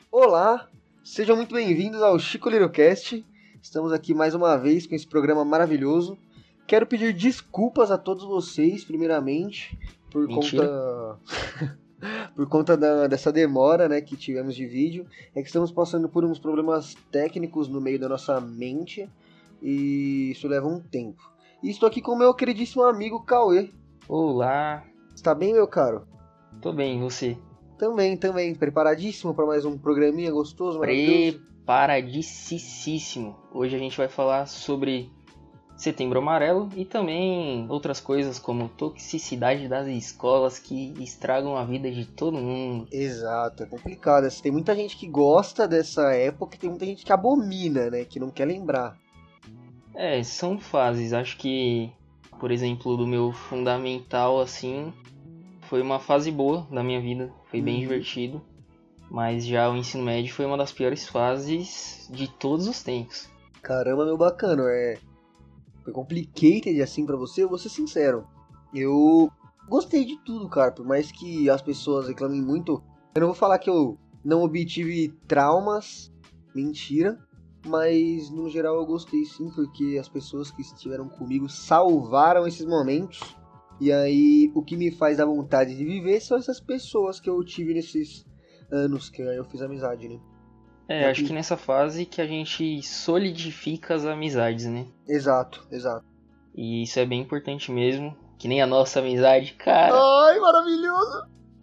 Olá, sejam muito bem-vindos ao Chico Lirocast. Estamos aqui mais uma vez com esse programa maravilhoso. Quero pedir desculpas a todos vocês, primeiramente, por Mentira. conta dessa demora, né, que tivemos de vídeo. É que estamos passando por uns problemas técnicos no meio da nossa mente e isso leva um tempo. E estou aqui com o meu queridíssimo amigo Cauê. Olá, Está bem, meu caro? tô bem, e você? Também. Preparadíssimo para mais um programinha gostoso, maravilhoso? Preparadíssimo. Hoje a gente vai falar sobre Setembro Amarelo e também outras coisas como toxicidade das escolas que estragam a vida de todo mundo. Exato, é complicado. Tem muita gente que gosta dessa época e tem muita gente que abomina, né? Que não quer lembrar. São fases. Acho que, por exemplo, do meu fundamental, assim, foi uma fase boa da minha vida. Foi bem divertido. Mas já o ensino médio foi uma das piores fases de todos os tempos. Caramba, meu bacano. Foi complicated assim pra você, eu vou ser sincero. Eu gostei de tudo, cara. Por mais que as pessoas reclamem muito, eu não vou falar que eu não obtive traumas. Mentira. Mas no geral eu gostei sim, porque as pessoas que estiveram comigo salvaram esses momentos. E aí o que me faz dar vontade de viver são essas pessoas que eu tive nesses anos que eu fiz amizade, né? Acho que nessa fase que a gente solidifica as amizades, né? Exato. E isso é bem importante mesmo. Que nem a nossa amizade, cara. Ai, maravilhoso!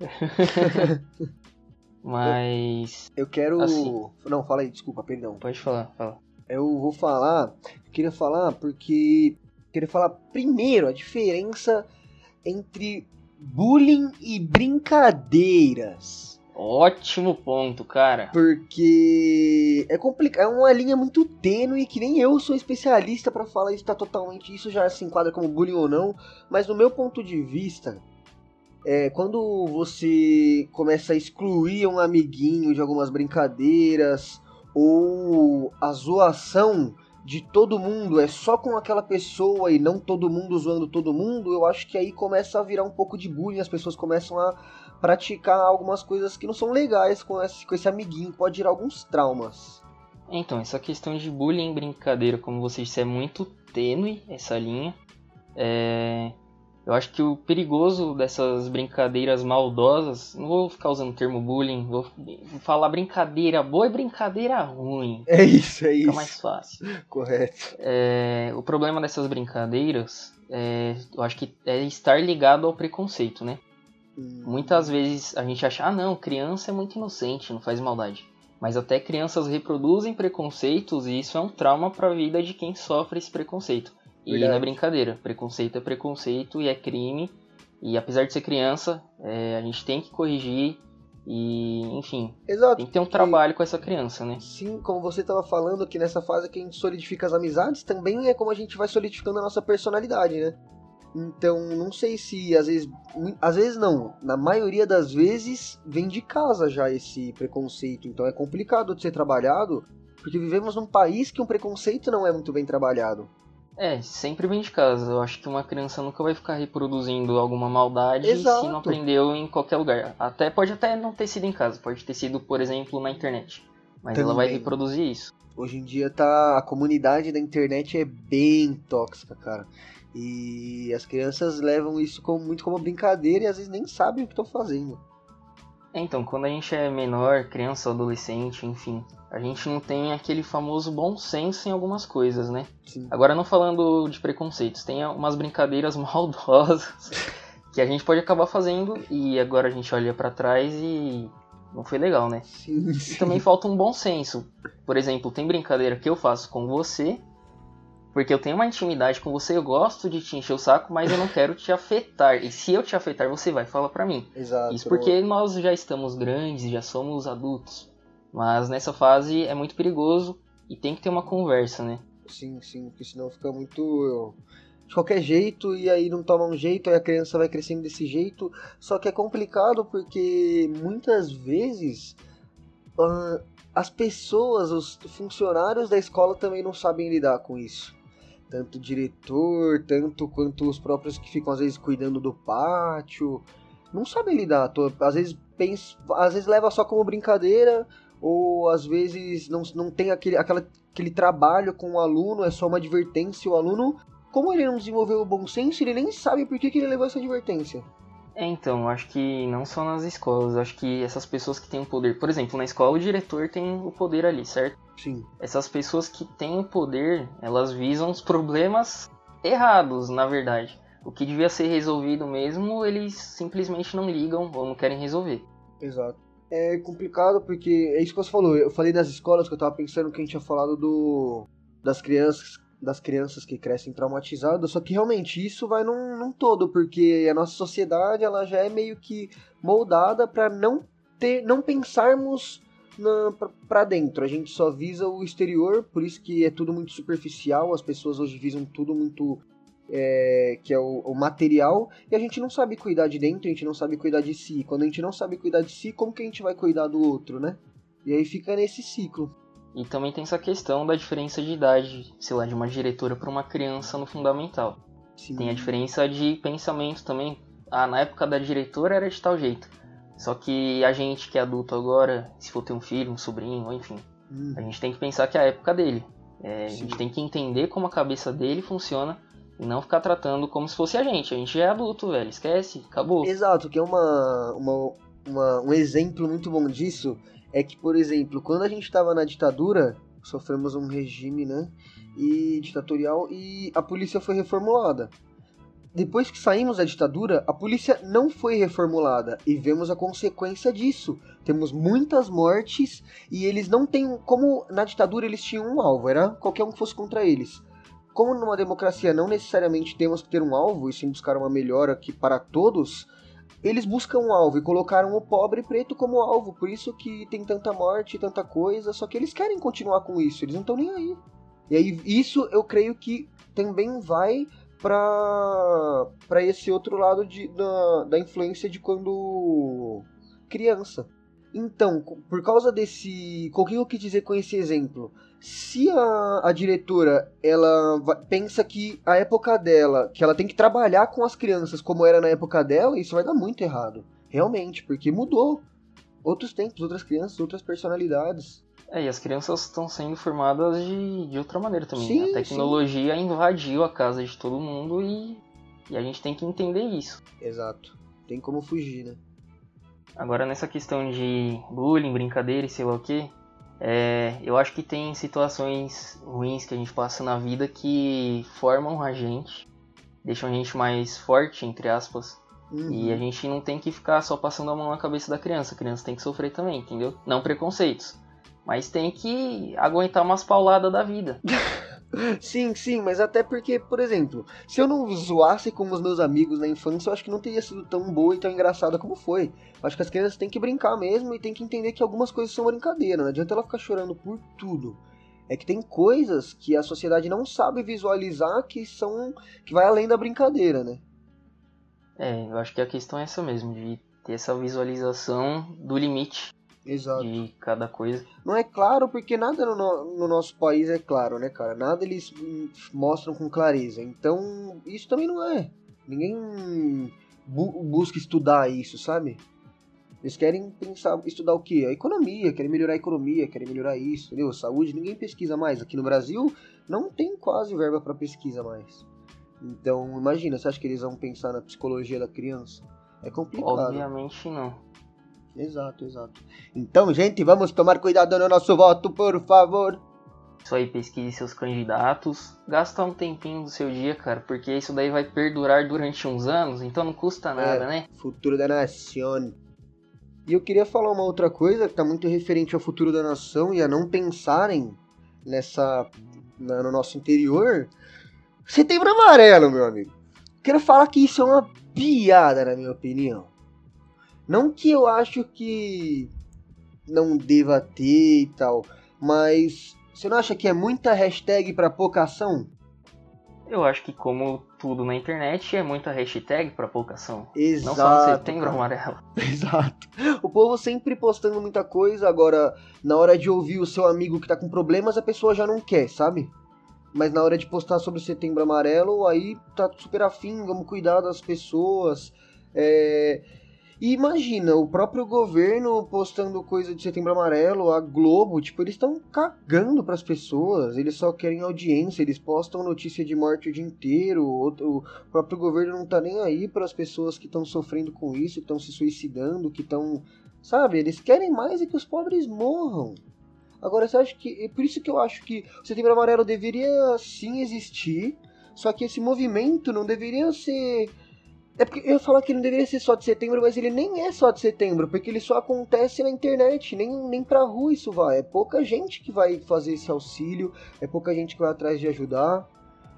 Mas. Eu quero... Assim. Não, fala aí, desculpa, perdão. Pode falar, fala. Eu queria falar porque... Queria falar primeiro a diferença entre bullying e brincadeiras. Ótimo ponto, cara. Porque é complicado, é uma linha muito tênue que nem eu sou especialista pra falar isso, tá totalmente, isso já se enquadra como bullying ou não, mas no meu ponto de vista, quando você começa a excluir um amiguinho de algumas brincadeiras, ou a zoação de todo mundo é só com aquela pessoa e não todo mundo zoando todo mundo, eu acho que aí começa a virar um pouco de bullying, as pessoas começam a praticar algumas coisas que não são legais com esse amiguinho, pode gerar alguns traumas. Então, essa questão de bullying e brincadeira, como você disse, é muito tênue essa linha. Eu acho que o perigoso dessas brincadeiras maldosas, não vou ficar usando o termo bullying, vou falar brincadeira boa e brincadeira ruim. É isso. Fica mais fácil. Correto. O problema dessas brincadeiras, eu acho que é estar ligado ao preconceito, né? Muitas vezes a gente acha, não, criança é muito inocente, não faz maldade. Mas até crianças reproduzem preconceitos e isso é um trauma para a vida de quem sofre esse preconceito. Verdade. E não é brincadeira, preconceito é preconceito e é crime. E apesar de ser criança, a gente tem que corrigir e, enfim, Exato, tem que ter um trabalho com essa criança, né? Sim, como você estava falando, que nessa fase que a gente solidifica as amizades, também é como a gente vai solidificando a nossa personalidade, né? Então, não sei se às vezes não, na maioria das vezes vem de casa já esse preconceito, então é complicado de ser trabalhado, porque vivemos num país que um preconceito não é muito bem trabalhado. Sempre vem de casa. Eu acho que uma criança nunca vai ficar reproduzindo alguma maldade Exato. se não aprendeu em qualquer lugar. Pode até não ter sido em casa, pode ter sido, por exemplo, na internet. Mas Também. Ela vai reproduzir isso. Hoje em dia a comunidade da internet é bem tóxica, cara. E as crianças levam isso muito como brincadeira e às vezes nem sabem o que estão fazendo. Então, quando a gente é menor, criança, adolescente, enfim, a gente não tem aquele famoso bom senso em algumas coisas, né? Sim. Agora, não falando de preconceitos, tem umas brincadeiras maldosas que a gente pode acabar fazendo e agora a gente olha pra trás e não foi legal, né? Sim. E também falta um bom senso. Por exemplo, tem brincadeira que eu faço com você, porque eu tenho uma intimidade com você, eu gosto de te encher o saco, mas eu não quero te afetar. E se eu te afetar, você vai falar pra mim. Exato. Isso porque nós já estamos grandes, já somos adultos. Mas nessa fase é muito perigoso e tem que ter uma conversa, né? Sim, porque senão fica muito de qualquer jeito e aí não toma um jeito, aí a criança vai crescendo desse jeito. Só que é complicado porque muitas vezes as pessoas, os funcionários da escola também não sabem lidar com isso. Tanto o diretor, tanto quanto os próprios que ficam às vezes cuidando do pátio. Não sabem lidar. Às vezes leva só como brincadeira, ou às vezes não tem aquele trabalho com o aluno, é só uma advertência, o aluno, como ele não desenvolveu o bom senso, ele nem sabe por que ele levou essa advertência. Então, eu acho que não só nas escolas, eu acho que essas pessoas que têm o poder, por exemplo, na escola o diretor tem o poder ali, certo? Sim. Essas pessoas que têm o poder, elas visam os problemas errados, na verdade. O que devia ser resolvido mesmo, eles simplesmente não ligam ou não querem resolver. Exato. É complicado porque é isso que você falou. Eu falei das escolas que eu tava pensando que a gente tinha falado das crianças que crescem traumatizadas, só que realmente isso vai num todo, porque a nossa sociedade ela já é meio que moldada para não pensarmos para dentro. A gente só visa o exterior, por isso que é tudo muito superficial, as pessoas hoje visam tudo muito que é o material, e a gente não sabe cuidar de dentro, a gente não sabe cuidar de si. Quando a gente não sabe cuidar de si, como que a gente vai cuidar do outro, né? E aí fica nesse ciclo. E também tem essa questão da diferença de idade, sei lá, de uma diretora para uma criança no fundamental. Sim. Tem a diferença de pensamento também. Ah, na época da diretora era de tal jeito. Só que a gente que é adulto agora, se for ter um filho, um sobrinho, enfim, a gente tem que pensar que é a época dele. A gente tem que entender como a cabeça dele funciona e não ficar tratando como se fosse a gente. A gente já é adulto, velho. Esquece, acabou. Exato, que é um exemplo muito bom disso é que, por exemplo, quando a gente estava na ditadura, sofremos um regime, né, ditatorial, e a polícia foi reformulada. Depois que saímos da ditadura, a polícia não foi reformulada e vemos a consequência disso. Temos muitas mortes e eles não têm... Como na ditadura eles tinham um alvo, era qualquer um que fosse contra eles. Como numa democracia não necessariamente temos que ter um alvo e sim buscar uma melhora aqui para todos, eles buscam um alvo e colocaram o pobre preto como alvo. Por isso que tem tanta morte, tanta coisa, só que eles querem continuar com isso, eles não estão nem aí. E aí isso eu creio que também vai para esse outro lado da influência de quando criança. Então, por causa desse... O que eu quis dizer com esse exemplo? Se a diretora ela pensa que a época dela, que ela tem que trabalhar com as crianças como era na época dela, isso vai dar muito errado. Realmente, porque mudou. Outros tempos, outras crianças, outras personalidades. E as crianças estão sendo formadas de outra maneira também. Sim, a tecnologia invadiu a casa de todo mundo e a gente tem que entender isso. Exato. Tem como fugir, né? Agora, nessa questão de bullying, brincadeira e sei lá o que, eu acho que tem situações ruins que a gente passa na vida que formam a gente, deixam a gente mais forte, entre aspas, e a gente não tem que ficar só passando a mão na cabeça da criança. A criança tem que sofrer também, entendeu? Não preconceitos, mas tem que aguentar umas pauladas da vida. Sim, mas até porque, por exemplo, se eu não zoasse com os meus amigos na infância, eu acho que não teria sido tão boa e tão engraçada como foi. Eu acho que as crianças têm que brincar mesmo e têm que entender que algumas coisas são brincadeira, não adianta ela ficar chorando por tudo. É que tem coisas que a sociedade não sabe visualizar que vai além da brincadeira, né? Eu acho que a questão é essa mesmo, de ter essa visualização do limite. Exato. De cada coisa. Não é claro porque nada no nosso país é claro, né, cara? Nada eles mostram com clareza. Então, isso também não é. Ninguém busca estudar isso, sabe? Eles querem estudar o quê? A economia, querem melhorar a economia, querem melhorar isso, entendeu? Saúde, ninguém pesquisa mais. Aqui no Brasil, não tem quase verba para pesquisa mais. Então, imagina, você acha que eles vão pensar na psicologia da criança? É complicado. Obviamente não. Exato. Então, gente, vamos tomar cuidado no nosso voto, por favor. Isso aí, pesquise seus candidatos. Gasta um tempinho do seu dia, cara, porque isso daí vai perdurar durante uns anos, então não custa nada, né? Futuro da nação. E eu queria falar uma outra coisa que tá muito referente ao futuro da nação e a não pensarem no nosso interior. Setembro Amarelo, meu amigo. Quero falar que isso é uma piada, na minha opinião. Não que eu acho que não deva ter e tal, mas você não acha que é muita hashtag pra pouca ação? Eu acho que como tudo na internet é muita hashtag pra pouca ação. Exato. Não só no Setembro Amarelo. Exato. O povo sempre postando muita coisa, agora na hora de ouvir o seu amigo que tá com problemas, a pessoa já não quer, sabe? Mas na hora de postar sobre o Setembro Amarelo, aí tá super afim, vamos cuidar das pessoas. E imagina, o próprio governo postando coisa de Setembro Amarelo, a Globo, tipo, eles estão cagando pras pessoas, eles só querem audiência, eles postam notícia de morte o dia inteiro, o próprio governo não tá nem aí pras pessoas que estão sofrendo com isso, que estão se suicidando, que estão, sabe, eles querem mais é que os pobres morram. Agora, você acha que, é por isso que eu acho que o Setembro Amarelo deveria sim existir, só que esse movimento não deveria ser... É porque eu ia falar que ele não deveria ser só de setembro, mas ele nem é só de setembro, porque ele só acontece na internet, nem pra rua isso vai. É pouca gente que vai fazer esse auxílio, é pouca gente que vai atrás de ajudar.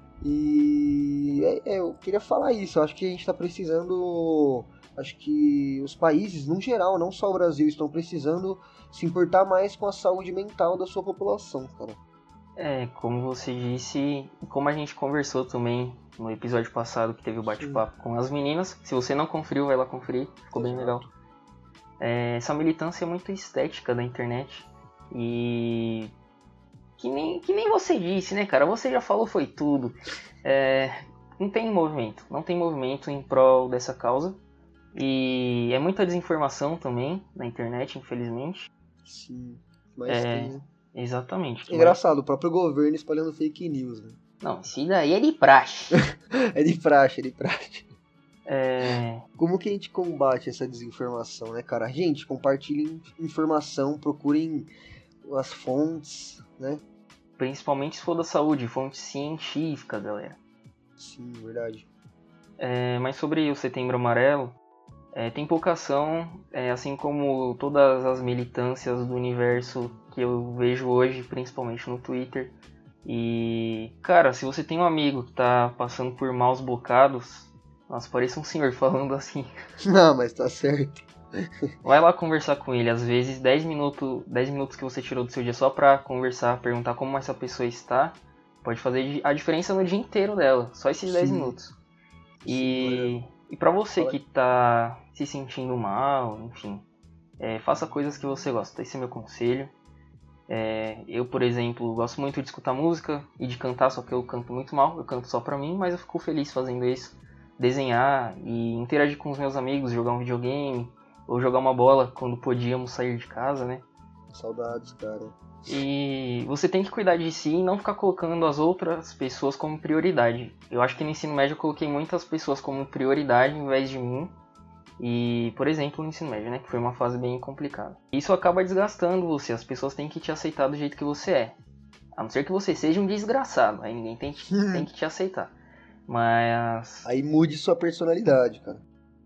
E eu queria falar isso, eu acho que a gente tá precisando. Acho que os países, no geral, não só o Brasil, estão precisando se importar mais com a saúde mental da sua população, cara. Como você disse, como a gente conversou também no episódio passado que teve o bate-papo com as meninas, se você não conferiu, vai lá conferir, ficou bem legal. Essa militância é muito estética da internet e que nem você disse, né, cara? Você já falou foi tudo. Não tem movimento em prol dessa causa e é muita desinformação também na internet, infelizmente. Sim, mas tem... Exatamente. Engraçado, o próprio governo espalhando fake news, né? Não, isso daí é de praxe. É de praxe. Como que a gente combate essa desinformação, né, cara? Gente, compartilhem informação, procurem as fontes, né? Principalmente se for da saúde, fonte científica, galera. Sim, verdade. Mas sobre o Setembro Amarelo, tem pouca ação, assim como todas as militâncias do universo que eu vejo hoje, principalmente no Twitter. E, cara, se você tem um amigo que tá passando por maus bocados, nossa, parece um senhor falando assim. Não, mas tá certo. Vai lá conversar com ele, às vezes 10 minutos que você tirou do seu dia só pra conversar, perguntar como essa pessoa está, pode fazer a diferença no dia inteiro dela, só esses 10 minutos. E pra você que tá se sentindo mal, enfim, faça coisas que você gosta, esse é meu conselho. Eu, por exemplo, gosto muito de escutar música e de cantar, só que eu canto muito mal, eu canto só pra mim, mas eu fico feliz fazendo isso. Desenhar e interagir com os meus amigos, jogar um videogame, ou jogar uma bola quando podíamos sair de casa, né? Saudades, cara. E você tem que cuidar de si e não ficar colocando as outras pessoas como prioridade. Eu acho que no ensino médio eu coloquei muitas pessoas como prioridade em vez de mim. E, por exemplo, no ensino médio, né? Que foi uma fase bem complicada. Isso acaba desgastando você. As pessoas têm que te aceitar do jeito que você é. A não ser que você seja um desgraçado. Aí ninguém tem que te aceitar. Mas... aí mude sua personalidade, cara.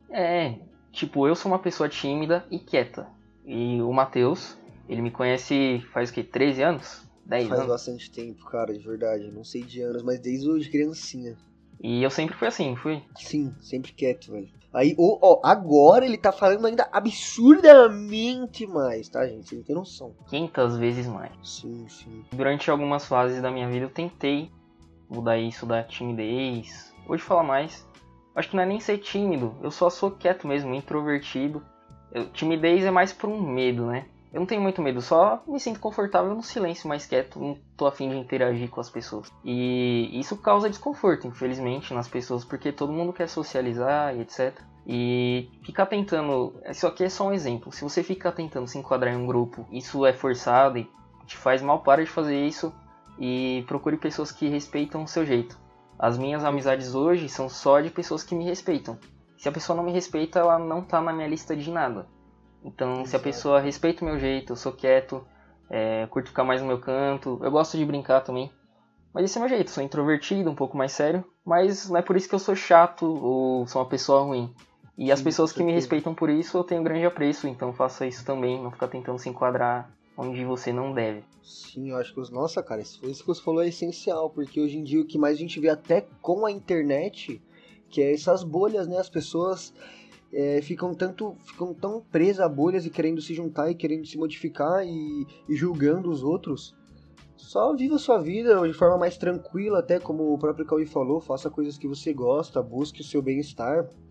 Tipo, eu sou uma pessoa tímida e quieta. E o Matheus, ele me conhece faz o quê? 13 anos? 10 anos? Faz bastante tempo, cara, de verdade. Não sei de anos, mas desde hoje criancinha. E eu sempre fui assim, fui? Sim, sempre quieto, velho. Aí, agora ele tá falando ainda absurdamente mais, tá, gente? Você não tem noção. 500 vezes mais. Sim. Durante algumas fases da minha vida eu tentei mudar isso da timidez. Hoje falar mais. Acho que não é nem ser tímido, eu só sou quieto mesmo, introvertido. Timidez é mais por um medo, né? Eu não tenho muito medo, só me sinto confortável no silêncio, mais quieto, não tô afim de interagir com as pessoas. E isso causa desconforto, infelizmente, nas pessoas, porque todo mundo quer socializar e etc. E ficar tentando... isso aqui é só um exemplo. Se você ficar tentando se enquadrar em um grupo, isso é forçado e te faz mal, para de fazer isso e procure pessoas que respeitam o seu jeito. As minhas amizades hoje são só de pessoas que me respeitam. Se a pessoa não me respeita, ela não tá na minha lista de nada. Então, exato. Se a pessoa respeita o meu jeito, eu sou quieto, curto ficar mais no meu canto, eu gosto de brincar também. Mas esse é o meu jeito, sou introvertido, um pouco mais sério, mas não é por isso que eu sou chato ou sou uma pessoa ruim. E as pessoas que me respeitam por isso, eu tenho um grande apreço, então faça isso também, não ficar tentando se enquadrar onde você não deve. Sim, eu acho que nossa, cara, isso que você falou é essencial, porque hoje em dia o que mais a gente vê até com a internet, que é essas bolhas, né? As pessoas ficam tão presas a bolhas e querendo se juntar e querendo se modificar e julgando os outros. Só viva a sua vida de forma mais tranquila, até como o próprio Cauê falou, faça coisas que você gosta, busque o seu bem-estar.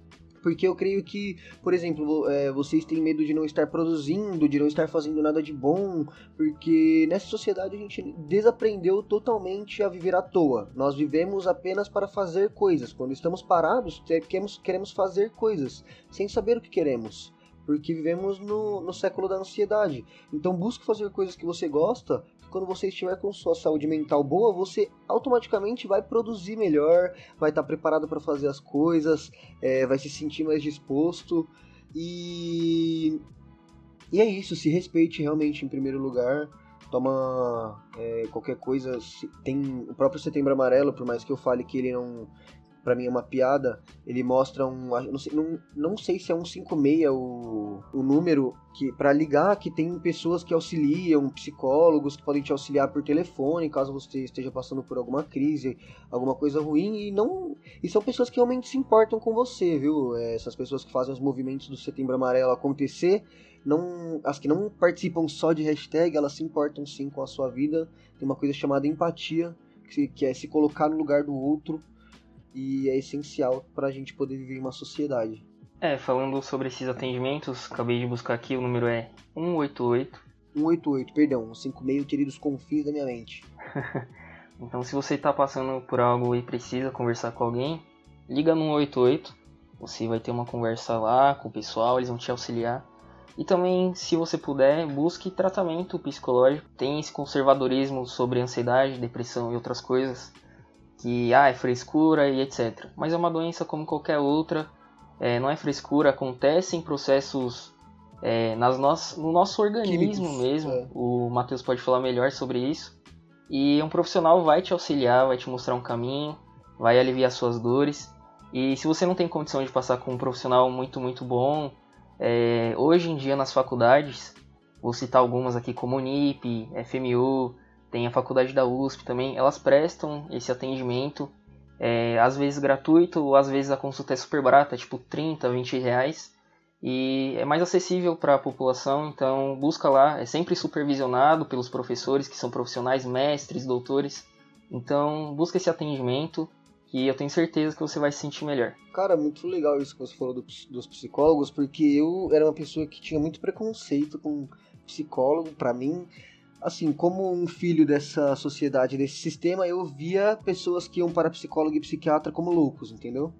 Porque eu creio que, por exemplo, vocês têm medo de não estar produzindo, de não estar fazendo nada de bom, porque nessa sociedade a gente desaprendeu totalmente a viver à toa. Nós vivemos apenas para fazer coisas. Quando estamos parados, queremos fazer coisas, sem saber o que queremos. Porque vivemos no século da ansiedade. Então busque fazer coisas que você gosta. Quando você estiver com sua saúde mental boa, você automaticamente vai produzir melhor, vai estar preparado para fazer as coisas, vai se sentir mais disposto. E é isso, se respeite realmente em primeiro lugar. Toma qualquer coisa. Tem o próprio Setembro Amarelo, por mais que eu fale que ele não... Pra mim é uma piada, ele mostra não sei se é 156 o número, que para ligar, que tem pessoas que auxiliam, psicólogos que podem te auxiliar por telefone, caso você esteja passando por alguma crise, alguma coisa ruim, e são pessoas que realmente se importam com você, viu? Essas pessoas que fazem os movimentos do Setembro Amarelo acontecer, as que não participam só de hashtag, elas se importam sim com a sua vida. Tem uma coisa chamada empatia, que é se colocar no lugar do outro, e é essencial para a gente poder viver em uma sociedade. Falando sobre esses atendimentos, acabei de buscar aqui, o número é 188. 188, perdão, 156 eu tirei dos confins da minha mente. Então, se você está passando por algo e precisa conversar com alguém, liga no 188, você vai ter uma conversa lá com o pessoal, eles vão te auxiliar. E também, se você puder, busque tratamento psicológico. Tem esse conservadorismo sobre ansiedade, depressão e outras coisas, que é frescura e etc. Mas é uma doença como qualquer outra, não é frescura, acontecem processos no nosso organismo químicos, mesmo. O Matheus pode falar melhor sobre isso. E um profissional vai te auxiliar, vai te mostrar um caminho, vai aliviar suas dores. E se você não tem condição de passar com um profissional muito, muito bom, hoje em dia nas faculdades, vou citar algumas aqui como Unip, FMU, tem a faculdade da USP também, elas prestam esse atendimento, às vezes gratuito, ou às vezes a consulta é super barata, tipo 30, 20 reais, e é mais acessível para a população, então busca lá, é sempre supervisionado pelos professores, que são profissionais, mestres, doutores, então busca esse atendimento, que eu tenho certeza que você vai se sentir melhor. Cara, muito legal isso que você falou dos psicólogos, porque eu era uma pessoa que tinha muito preconceito com psicólogo. Pra mim, assim, como um filho dessa sociedade, desse sistema, eu via pessoas que iam para psicólogo e psiquiatra como loucos, entendeu?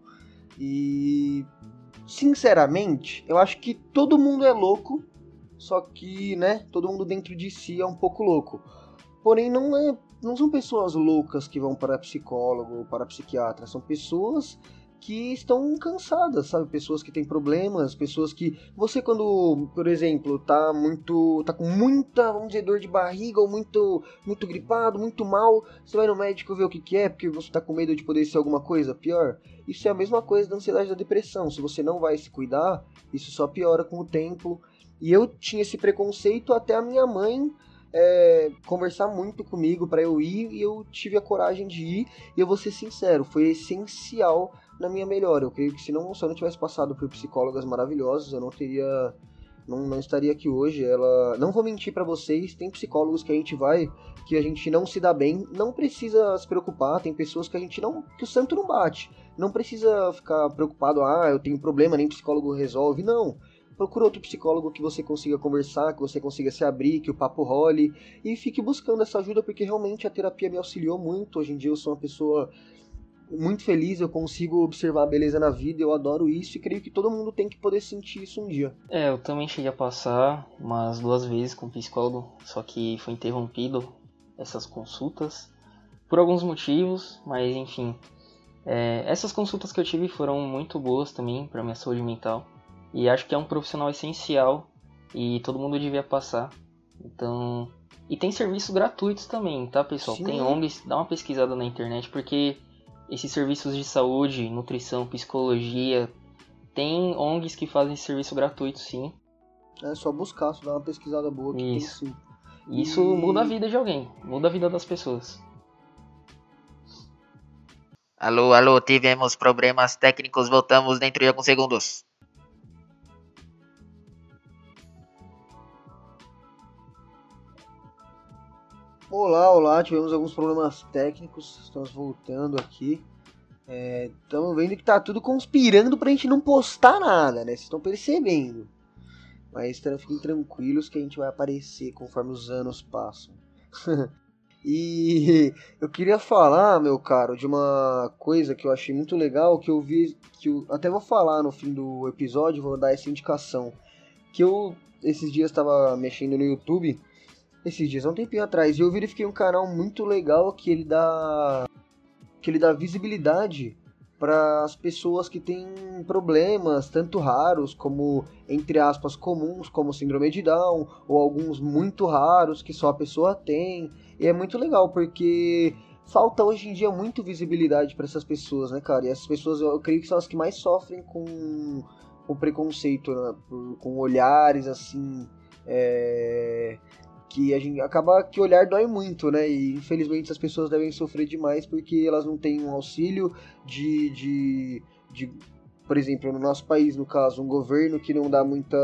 E, sinceramente, eu acho que todo mundo é louco, só que, né, todo mundo dentro de si é um pouco louco. Porém, não são pessoas loucas que vão para psicólogo ou para psiquiatra, são pessoas que estão cansadas, sabe? Pessoas que têm problemas, pessoas que... Você quando, por exemplo, tá com muita, vamos dizer, dor de barriga ou muito gripado, muito mal, você vai no médico ver o que é, porque você tá com medo de poder ser alguma coisa pior. Isso é a mesma coisa da ansiedade e da depressão. Se você não vai se cuidar, isso só piora com o tempo. E eu tinha esse preconceito até a minha mãe conversar muito comigo para eu ir, e eu tive a coragem de ir, e eu vou ser sincero, foi essencial na minha melhora. Eu creio que se eu não tivesse passado por psicólogas maravilhosas, eu não estaria aqui hoje. Não vou mentir para vocês, tem psicólogos que a gente não se dá bem, não precisa se preocupar, tem pessoas que que o santo não bate, não precisa ficar preocupado, eu tenho problema, nem psicólogo resolve, não. Procura outro psicólogo que você consiga conversar, que você consiga se abrir, que o papo role, e fique buscando essa ajuda, porque realmente a terapia me auxiliou muito. Hoje em dia eu sou uma pessoa muito feliz, eu consigo observar a beleza na vida, eu adoro isso, e creio que todo mundo tem que poder sentir isso um dia. Eu também cheguei a passar umas 2 vezes com psicólogo, só que foi interrompido essas consultas por alguns motivos, mas enfim. Essas consultas que eu tive foram muito boas também para minha saúde mental. E acho que é um profissional essencial e todo mundo devia passar. Então, e tem serviços gratuitos também, tá, pessoal? Sim. Tem ONGs, dá uma pesquisada na internet, porque esses serviços de saúde, nutrição, psicologia, tem ONGs que fazem serviço gratuito, sim. É só buscar, só dar uma pesquisada boa que Isso. tem sim. Isso muda a vida de alguém, muda a vida das pessoas. Alô, tivemos problemas técnicos, voltamos dentro de alguns segundos. Olá, tivemos alguns problemas técnicos, estamos voltando aqui. Estamos vendo que tá tudo conspirando pra gente não postar nada, né? Vocês estão percebendo. Mas fiquem tranquilos que a gente vai aparecer conforme os anos passam. E eu queria falar, meu caro, de uma coisa que eu achei muito legal, que eu vi, até vou falar no fim do episódio, vou dar essa indicação. Que eu, esses dias, estava mexendo no YouTube, há um tempinho atrás, e eu verifiquei um canal muito legal que ele dá visibilidade para as pessoas que têm problemas, tanto raros como, entre aspas, comuns, como síndrome de Down, ou alguns muito raros que só a pessoa tem. E é muito legal, porque falta hoje em dia muito visibilidade para essas pessoas, né, cara? E essas pessoas, eu creio que são as que mais sofrem com preconceito, né? Com olhares, assim, que a gente acaba que olhar dói muito, né? E infelizmente as pessoas devem sofrer demais porque elas não têm um auxílio de por exemplo, no nosso país, no caso, um governo que não dá muito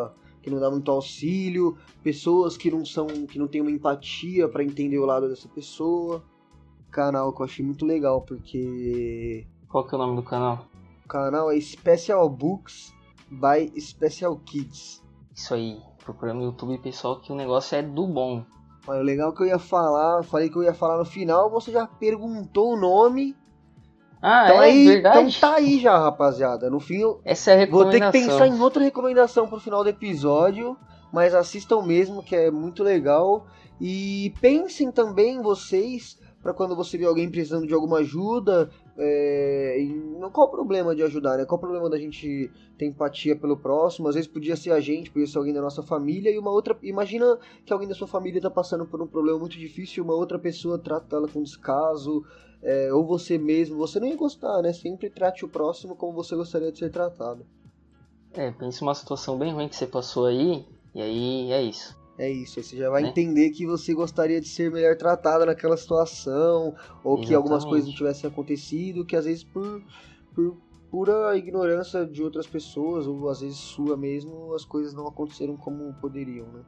auxílio, pessoas que não têm uma empatia para entender o lado dessa pessoa. Canal que eu achei muito legal porque Qual que é o nome do canal? o canal é Special Books by Special Kids. Isso aí, procura no YouTube, pessoal, que o negócio é do bom. Mas o legal que eu ia falar, falei que eu ia falar no final, você já perguntou o nome. Ah, Então, verdade? Então tá aí já, rapaziada. No fim eu Essa é a vou ter recomendação. que pensar em outra recomendação pro final do episódio, mas assistam mesmo, que é muito legal. E pensem também vocês, para quando você vê alguém precisando de alguma ajuda, qual o problema de ajudar, né? Qual o problema da gente ter empatia pelo próximo? Às vezes podia ser a gente, podia ser alguém da nossa família, e uma outra... Imagina que alguém da sua família tá passando por um problema muito difícil e uma outra pessoa trata ela com descaso, ou você mesmo, você não ia gostar, né? Sempre trate o próximo como você gostaria de ser tratado. Pensa uma situação bem ruim que você passou aí, e aí é isso. É isso, aí você já vai entender que você gostaria de ser melhor tratado naquela situação, ou que algumas coisas não tivessem acontecido, que às vezes por pura ignorância de outras pessoas, ou às vezes sua mesmo, as coisas não aconteceram como poderiam, né?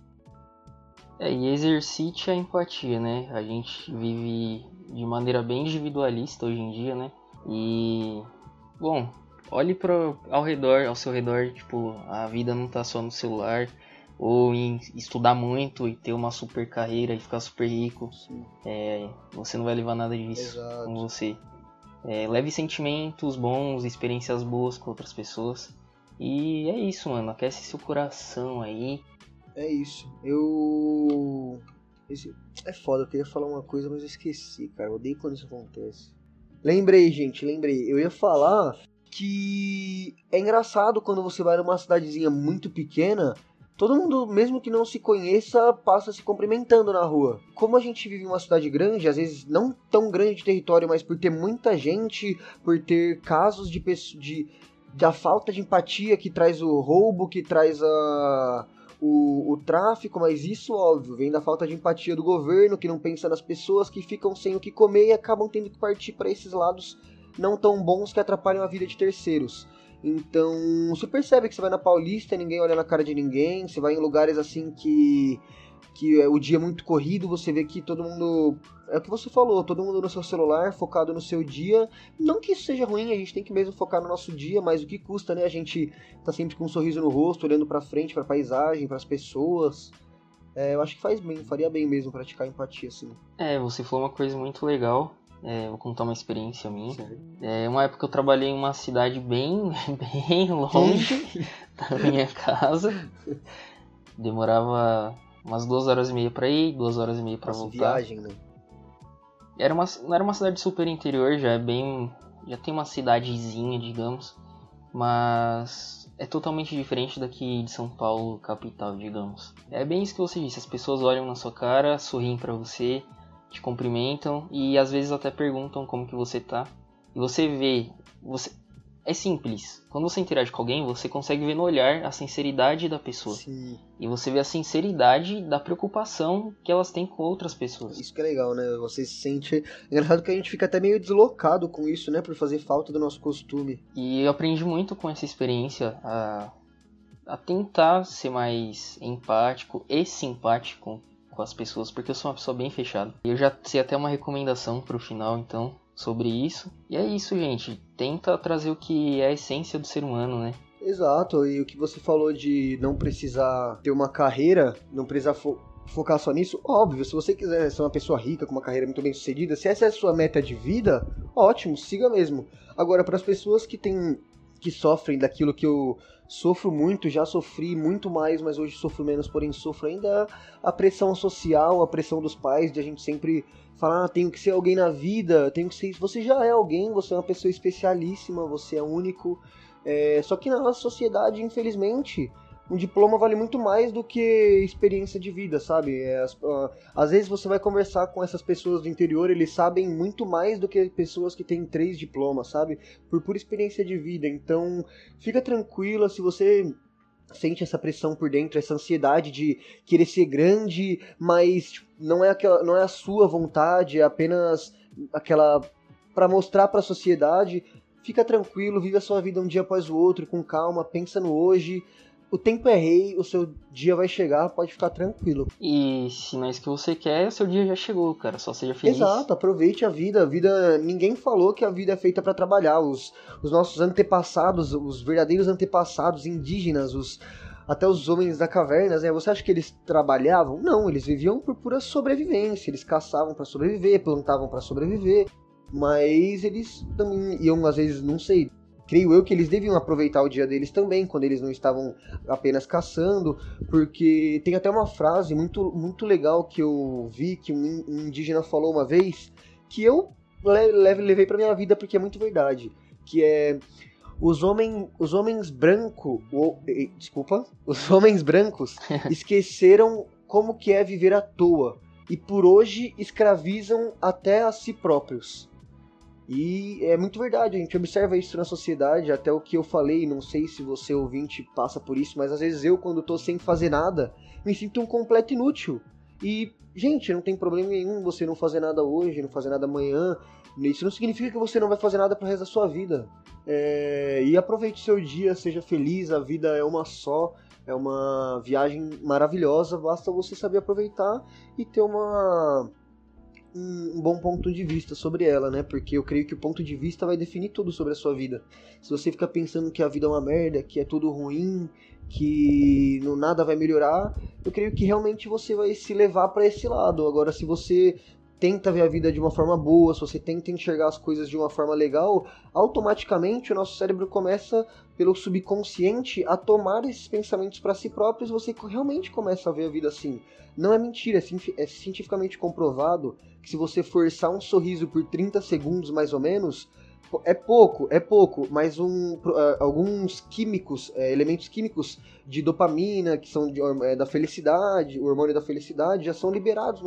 E exercite a empatia, né? A gente vive de maneira bem individualista hoje em dia, né? E, bom, olhe ao seu redor, tipo, a vida não tá só no celular, ou em estudar muito e ter uma super carreira e ficar super rico. Você não vai levar nada disso com você. Leve sentimentos bons, experiências boas com outras pessoas. E é isso, mano. Aquece seu coração aí. É isso. É foda, eu queria falar uma coisa, mas eu esqueci, cara. Eu odeio quando isso acontece. Lembrei. Eu ia falar que é engraçado quando você vai numa cidadezinha muito pequena, todo mundo, mesmo que não se conheça, passa se cumprimentando na rua. Como a gente vive em uma cidade grande, às vezes não tão grande de território, mas por ter muita gente, por ter casos da falta de empatia que traz o roubo, que traz o tráfico, mas isso, óbvio, vem da falta de empatia do governo, que não pensa nas pessoas, que ficam sem o que comer e acabam tendo que partir para esses lados não tão bons que atrapalham a vida de terceiros. Então, você percebe que você vai na Paulista e ninguém olha na cara de ninguém, você vai em lugares assim que o dia é muito corrido, você vê que todo mundo, é o que você falou, todo mundo no seu celular, focado no seu dia. Não que isso seja ruim, a gente tem que mesmo focar no nosso dia, mas o que custa, né? A gente tá sempre com um sorriso no rosto, olhando pra frente, pra paisagem, pras pessoas. Eu acho que faria bem mesmo praticar empatia, assim. Você falou uma coisa muito legal. Vou contar uma experiência minha. Uma época eu trabalhei em uma cidade bem longe da minha casa. Demorava umas 2h30 pra ir, 2h30 pra voltar. Viagem, né? Não era uma cidade super interior, já tem uma cidadezinha, digamos. Mas é totalmente diferente daqui de São Paulo, capital, digamos. É bem isso que você disse, as pessoas olham na sua cara, sorriem pra você, te cumprimentam e às vezes até perguntam como que você tá. E você vê, é simples. Quando você interage com alguém, você consegue ver no olhar a sinceridade da pessoa. Sim. E você vê a sinceridade da preocupação que elas têm com outras pessoas. Isso que é legal, né? Você se sente... Engraçado que a gente fica até meio deslocado com isso, né? Por fazer falta do nosso costume. E eu aprendi muito com essa experiência a tentar ser mais empático e simpático com as pessoas, porque eu sou uma pessoa bem fechada. Eu já sei até uma recomendação pro final, então, sobre isso. E é isso, gente. Tenta trazer o que é a essência do ser humano, né? Exato, e o que você falou de não precisar ter uma carreira, não precisar focar só nisso, óbvio, se você quiser ser uma pessoa rica, com uma carreira muito bem sucedida, se essa é a sua meta de vida, ótimo, siga mesmo. Agora, para as pessoas que sofrem daquilo que eu sofro muito, já sofri muito mais, mas hoje sofro menos, porém sofro ainda a pressão social, a pressão dos pais, de a gente sempre falar, tenho que ser alguém na vida, tenho que ser... Você já é alguém, você é uma pessoa especialíssima, você é único. Só que na nossa sociedade, infelizmente, um diploma vale muito mais do que experiência de vida, sabe? Às vezes você vai conversar com essas pessoas do interior, eles sabem muito mais do que pessoas que têm 3 diplomas, sabe? Por pura experiência de vida. Então, fica tranquila se você sente essa pressão por dentro, essa ansiedade de querer ser grande, mas tipo, não é a sua vontade, é apenas aquela para mostrar para a sociedade. Fica tranquilo, vive a sua vida um dia após o outro, com calma, pensa no hoje. O tempo é rei, o seu dia vai chegar, pode ficar tranquilo. E se não é isso que você quer, o seu dia já chegou, cara. Só seja feliz. Exato, aproveite a vida. Ninguém falou que a vida é feita para trabalhar. Os nossos antepassados, os verdadeiros antepassados indígenas, até os homens da caverna, né? Você acha que eles trabalhavam? Não, eles viviam por pura sobrevivência. Eles caçavam para sobreviver, plantavam para sobreviver. Mas eles também iam, às vezes, não sei, creio eu que eles deviam aproveitar o dia deles também, quando eles não estavam apenas caçando, porque tem até uma frase muito, muito legal que eu vi, que um indígena falou uma vez, que eu levei pra minha vida porque é muito verdade, que é... Os homens brancos esqueceram como que é viver à toa, e por hoje escravizam até a si próprios. E é muito verdade, a gente observa isso na sociedade, até o que eu falei, não sei se você ouvinte passa por isso, mas às vezes eu, quando tô sem fazer nada, me sinto um completo inútil. E, gente, não tem problema nenhum você não fazer nada hoje, não fazer nada amanhã, isso não significa que você não vai fazer nada pro resto da sua vida. E aproveite seu dia, seja feliz, a vida é uma só, é uma viagem maravilhosa, basta você saber aproveitar e ter um bom ponto de vista sobre ela, né? Porque eu creio que o ponto de vista vai definir tudo sobre a sua vida. Se você ficar pensando que a vida é uma merda, que é tudo ruim, que nada vai melhorar, eu creio que realmente você vai se levar para esse lado. Agora, se você tenta ver a vida de uma forma boa, se você tenta enxergar as coisas de uma forma legal, automaticamente o nosso cérebro começa, pelo subconsciente, a tomar esses pensamentos para si próprios e você realmente começa a ver a vida assim. Não é mentira, é cientificamente comprovado que se você forçar um sorriso por 30 segundos, mais ou menos, é pouco, mas alguns químicos, elementos químicos de dopamina, que são da felicidade, o hormônio da felicidade, já são liberados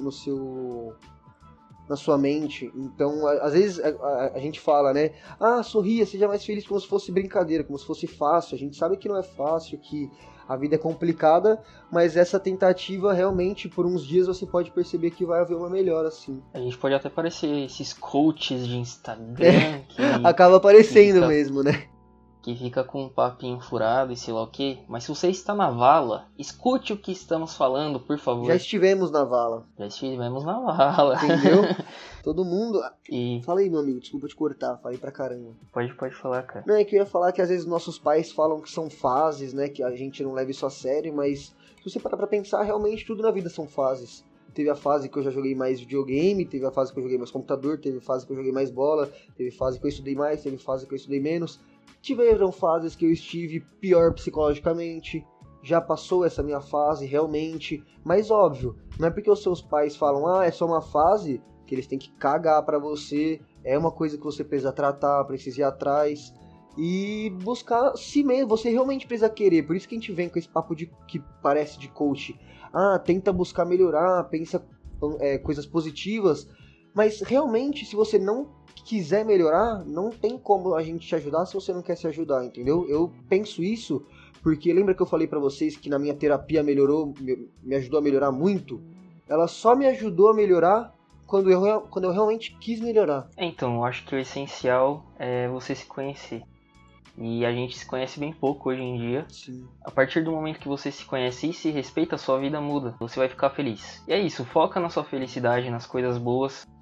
na sua mente. Então, às vezes a gente fala, né? Sorria, seja mais feliz, como se fosse brincadeira, como se fosse fácil. A gente sabe que não é fácil, que a vida é complicada, mas essa tentativa realmente, por uns dias, você pode perceber que vai haver uma melhora, assim. A gente pode até parecer esses coaches de Instagram que acaba aparecendo mesmo, né? Que fica com um papinho furado e sei lá o que. Mas se você está na vala, escute o que estamos falando, por favor. Já estivemos na vala. Entendeu? Todo mundo... Fala aí, meu amigo, desculpa te cortar, falei pra caramba. Pode falar, cara. Não, é que eu ia falar que às vezes nossos pais falam que são fases, né? Que a gente não leva isso a sério, mas se você parar pra pensar, realmente tudo na vida são fases. Teve a fase que eu já joguei mais videogame, teve a fase que eu joguei mais computador, teve a fase que eu joguei mais bola, teve fase que eu estudei mais, teve fase que eu estudei menos. Tiveram fases que eu estive pior psicologicamente, já passou essa minha fase realmente, mas óbvio, não é porque os seus pais falam, é só uma fase, que eles têm que cagar pra você, é uma coisa que você precisa tratar, precisa ir atrás e buscar si mesmo, você realmente precisa querer, por isso que a gente vem com esse papo que parece de coach, tenta buscar melhorar, pensa coisas positivas, mas realmente se você não quiser melhorar, não tem como a gente te ajudar se você não quer se ajudar, entendeu? Eu penso isso porque lembra que eu falei pra vocês que na minha terapia me ajudou a melhorar muito? Ela só me ajudou a melhorar quando eu realmente quis melhorar. Então, eu acho que o essencial é você se conhecer. E a gente se conhece bem pouco hoje em dia. Sim. A partir do momento que você se conhece e se respeita, a sua vida muda. Você vai ficar feliz. E é isso, foca na sua felicidade, nas coisas boas.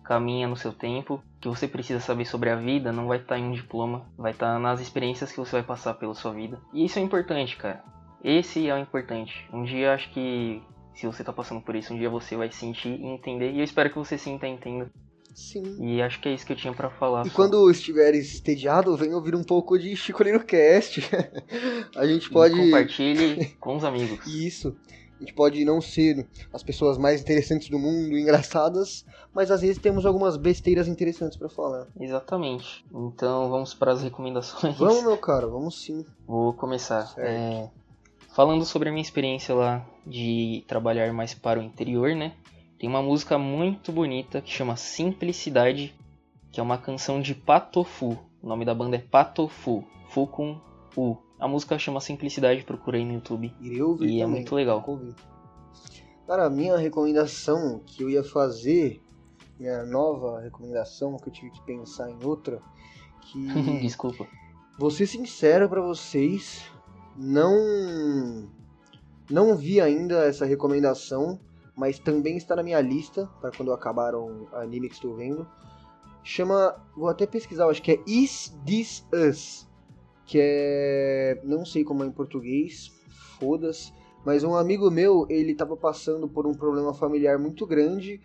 caminha no seu tempo. O que você precisa saber sobre a vida não vai estar em um diploma, vai estar nas experiências que você vai passar pela sua vida. E isso é importante, cara. Esse é o importante. Um dia acho que, se você tá passando por isso, um dia você vai sentir e entender. E eu espero que você sinta e entenda. Sim. E acho que é isso que eu tinha pra falar. E quando estiveres entediado, venha ouvir um pouco de Chico Liro Cast. A gente pode... E compartilhe com os amigos. Isso. A gente pode não ser as pessoas mais interessantes do mundo, engraçadas, mas às vezes temos algumas besteiras interessantes pra falar. Exatamente. Então vamos para as recomendações. Vamos, meu cara, vamos sim. Vou começar. Falando sobre a minha experiência lá de trabalhar mais para o interior, né? Tem uma música muito bonita que chama Simplicidade, que é uma canção de Patofu. O nome da banda é Patofu, Fu com U. A música chama Simplicidade, procurei no YouTube. Irei ouvir e também, é muito legal. Cara, a minha recomendação que eu ia fazer, minha nova recomendação, que eu tive que pensar em outra, que... Desculpa. Vou ser sincero pra vocês, não vi ainda essa recomendação, mas também está na minha lista, para quando acabar o anime que estou vendo. Chama, vou até pesquisar, acho que é Is This Us? Que é, não sei como é em português, foda-se, mas um amigo meu, ele tava passando por um problema familiar muito grande,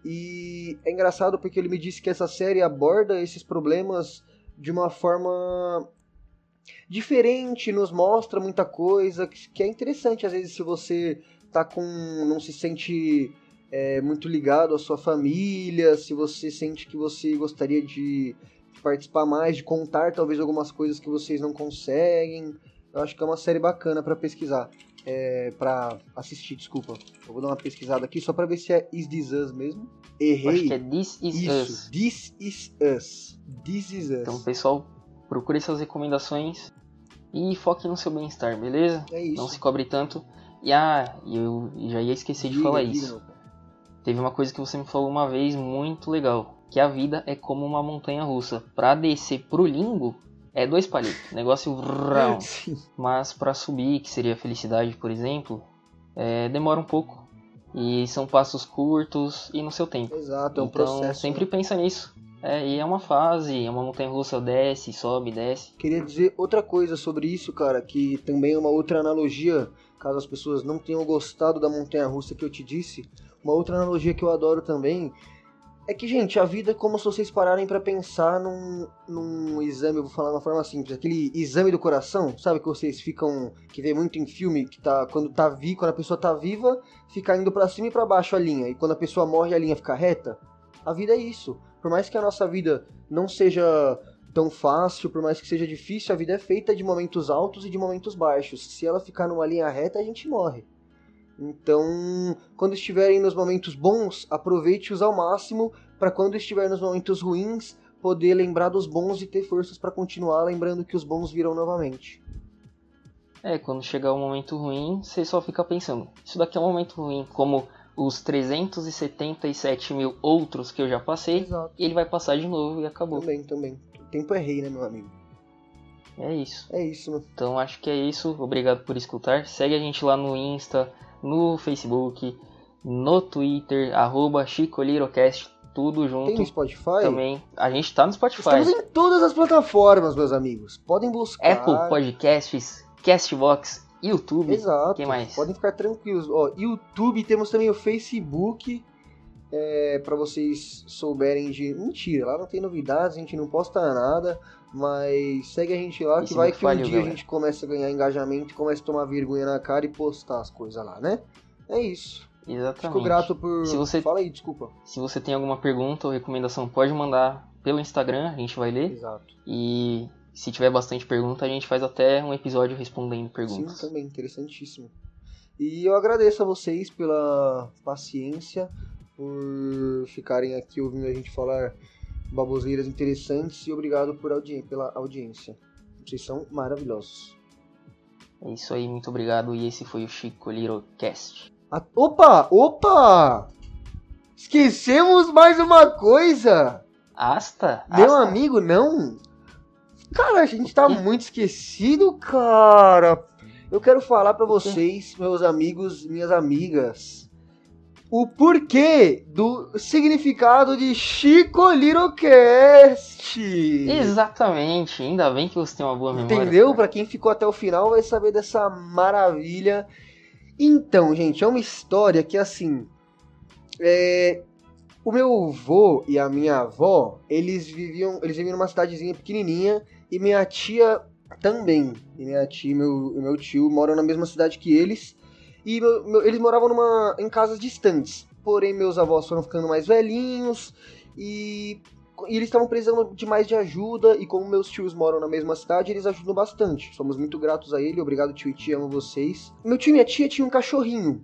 e é engraçado porque ele me disse que essa série aborda esses problemas de uma forma diferente, nos mostra muita coisa, que é interessante, às vezes, se você não se sente muito ligado à sua família, se você sente que você gostaria de participar mais, de contar talvez algumas coisas que vocês não conseguem. Eu acho que é uma série bacana pra pesquisar, pra assistir, desculpa. Eu vou dar uma pesquisada aqui só pra ver se é Is This Us mesmo. Errei. Acho que é This Is Us. This Is Us. This Is Us. Então, pessoal, procure essas recomendações e foque no seu bem-estar, beleza? É isso. Não se cobre tanto. E eu já ia esquecer de falar isso. Teve uma coisa que você me falou uma vez muito legal, que a vida é como uma montanha russa. Pra descer pro limbo é 2 palitos, negócio round. Mas pra subir, que seria a felicidade, por exemplo, demora um pouco. E são passos curtos e no seu tempo. Exato, é um então, processo. Sempre pensa nisso. E é uma fase, é uma montanha russa, desce, sobe, desce. Queria dizer outra coisa sobre isso, cara, que também é uma outra analogia, caso as pessoas não tenham gostado da montanha russa que eu te disse. Uma outra analogia que eu adoro também é que, gente, a vida é como se vocês pararem pra pensar num exame, eu vou falar de uma forma simples, aquele exame do coração, sabe, que vocês ficam, que vê muito em filme, que quando a pessoa tá viva, fica indo pra cima e pra baixo a linha, e quando a pessoa morre a linha fica reta. A vida é isso. Por mais que a nossa vida não seja tão fácil, por mais que seja difícil, a vida é feita de momentos altos e de momentos baixos. Se ela ficar numa linha reta, a gente morre. Então, quando estiverem nos momentos bons, aproveite-os ao máximo para quando estiver nos momentos ruins, poder lembrar dos bons e ter forças para continuar lembrando que os bons virão novamente. Quando chegar um momento ruim, você só fica pensando, isso daqui é um momento ruim, como os 377 mil outros que eu já passei. Exato. E ele vai passar de novo e acabou. Também. O tempo é rei, né, meu amigo? É isso. É isso, meu. Então acho que é isso. Obrigado por escutar. Segue a gente lá no Insta, no Facebook, no Twitter, @ChicoLiroCast, tudo junto. Tem no Spotify? Também. A gente tá no Spotify. Estamos em todas as plataformas, meus amigos. Podem buscar. Apple Podcasts, Castbox, YouTube. Exato. Quem mais? Podem ficar tranquilos. Ó, YouTube, temos também o Facebook. Pra vocês souberem de... Mentira, lá não tem novidades, a gente não posta nada. Mas segue a gente lá, que vai que um dia a gente começa a ganhar engajamento e começa a tomar vergonha na cara e postar as coisas lá, né? É isso. Exatamente. Fico grato por... Fala aí, desculpa. Se você tem alguma pergunta ou recomendação, pode mandar pelo Instagram, a gente vai ler. Exato. E se tiver bastante pergunta, a gente faz até um episódio respondendo perguntas. Sim, também, interessantíssimo. E eu agradeço a vocês pela paciência, por ficarem aqui ouvindo a gente falar baboseiras interessantes e obrigado pela audiência. Vocês são maravilhosos. É isso aí, muito obrigado. E esse foi o Chico Liro Cast. Opa! Esquecemos mais uma coisa! Meu amigo, não! Cara, a gente tá muito esquecido, cara! Eu quero falar pra vocês, meus amigos, minhas amigas, o porquê do significado de Chico Lirocast. Exatamente, ainda bem que você tem uma boa memória. Entendeu? Pra quem ficou até o final vai saber dessa maravilha. Então, gente, é uma história que, assim, o meu avô e a minha avó, eles viviam numa cidadezinha pequenininha, e minha tia também. E minha tia e meu tio moram na mesma cidade que eles, e eles moravam em casas distantes. Porém, meus avós foram ficando mais velhinhos, e eles estavam precisando de mais de ajuda, e como meus tios moram na mesma cidade, eles ajudam bastante. Somos muito gratos a ele, obrigado tio e tia, amo vocês. Meu tio e minha tia tinham um cachorrinho.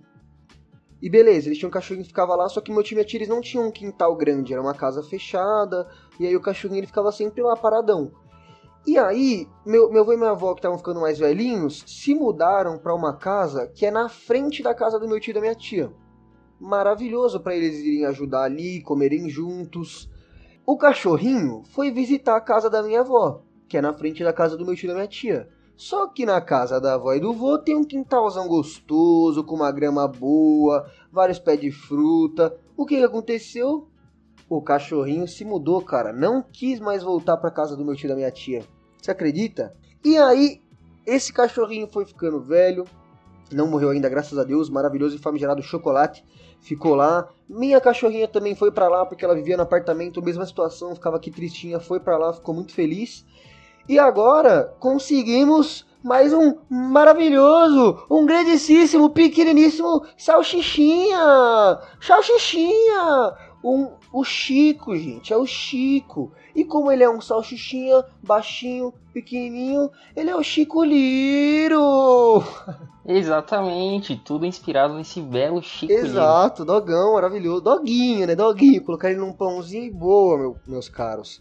E beleza, eles tinham um cachorrinho que ficava lá, só que meu tio e minha tia eles não tinham um quintal grande, era uma casa fechada, e aí o cachorrinho ele ficava sempre lá paradão. E aí, meu avô e minha avó, que estavam ficando mais velhinhos, se mudaram pra uma casa que é na frente da casa do meu tio e da minha tia. Maravilhoso pra eles irem ajudar ali, comerem juntos. O cachorrinho foi visitar a casa da minha avó, que é na frente da casa do meu tio e da minha tia. Só que na casa da avó e do vô tem um quintalzão gostoso, com uma grama boa, vários pés de fruta. O que aconteceu? O cachorrinho se mudou, cara. Não quis mais voltar pra casa do meu tio e da minha tia. Você acredita? E aí, esse cachorrinho foi ficando velho. Não morreu ainda, graças a Deus. Maravilhoso e famigerado chocolate. Ficou lá. Minha cachorrinha também foi pra lá, porque ela vivia no apartamento. Mesma situação, ficava aqui tristinha. Foi pra lá, ficou muito feliz. E agora, conseguimos mais um maravilhoso, um grandíssimo, pequeniníssimo salchichinha. Salchichinha. O Chico, gente, é o Chico. E como ele é um salchichinha, baixinho, pequenininho, ele é o Chico Liro. Exatamente, tudo inspirado nesse belo Chico Liro. Exato, dogão, maravilhoso. Doguinho, né? Doguinho, colocar ele num pãozinho e boa, meus caros.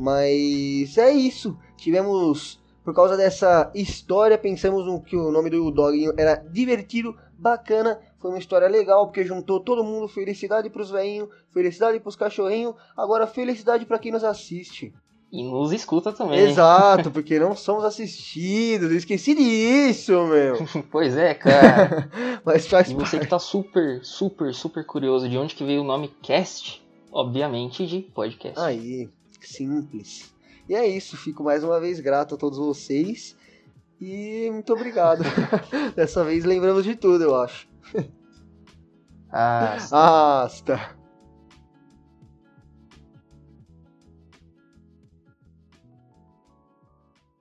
Mas é isso. Tivemos, por causa dessa história, pensamos que o nome do doguinho era divertido, bacana. Foi uma história legal, porque juntou todo mundo, felicidade pros velhinhos, felicidade pros cachorrinhos, agora felicidade pra quem nos assiste. E nos escuta também. Exato, porque não somos assistidos, eu esqueci disso, meu. Pois é, cara. Mas faz E você que tá super curioso de onde que veio o nome cast, obviamente de podcast. Aí, simples. E é isso, fico mais uma vez grato a todos vocês. E muito obrigado. Dessa vez lembramos de tudo, eu acho. Ah, Asta.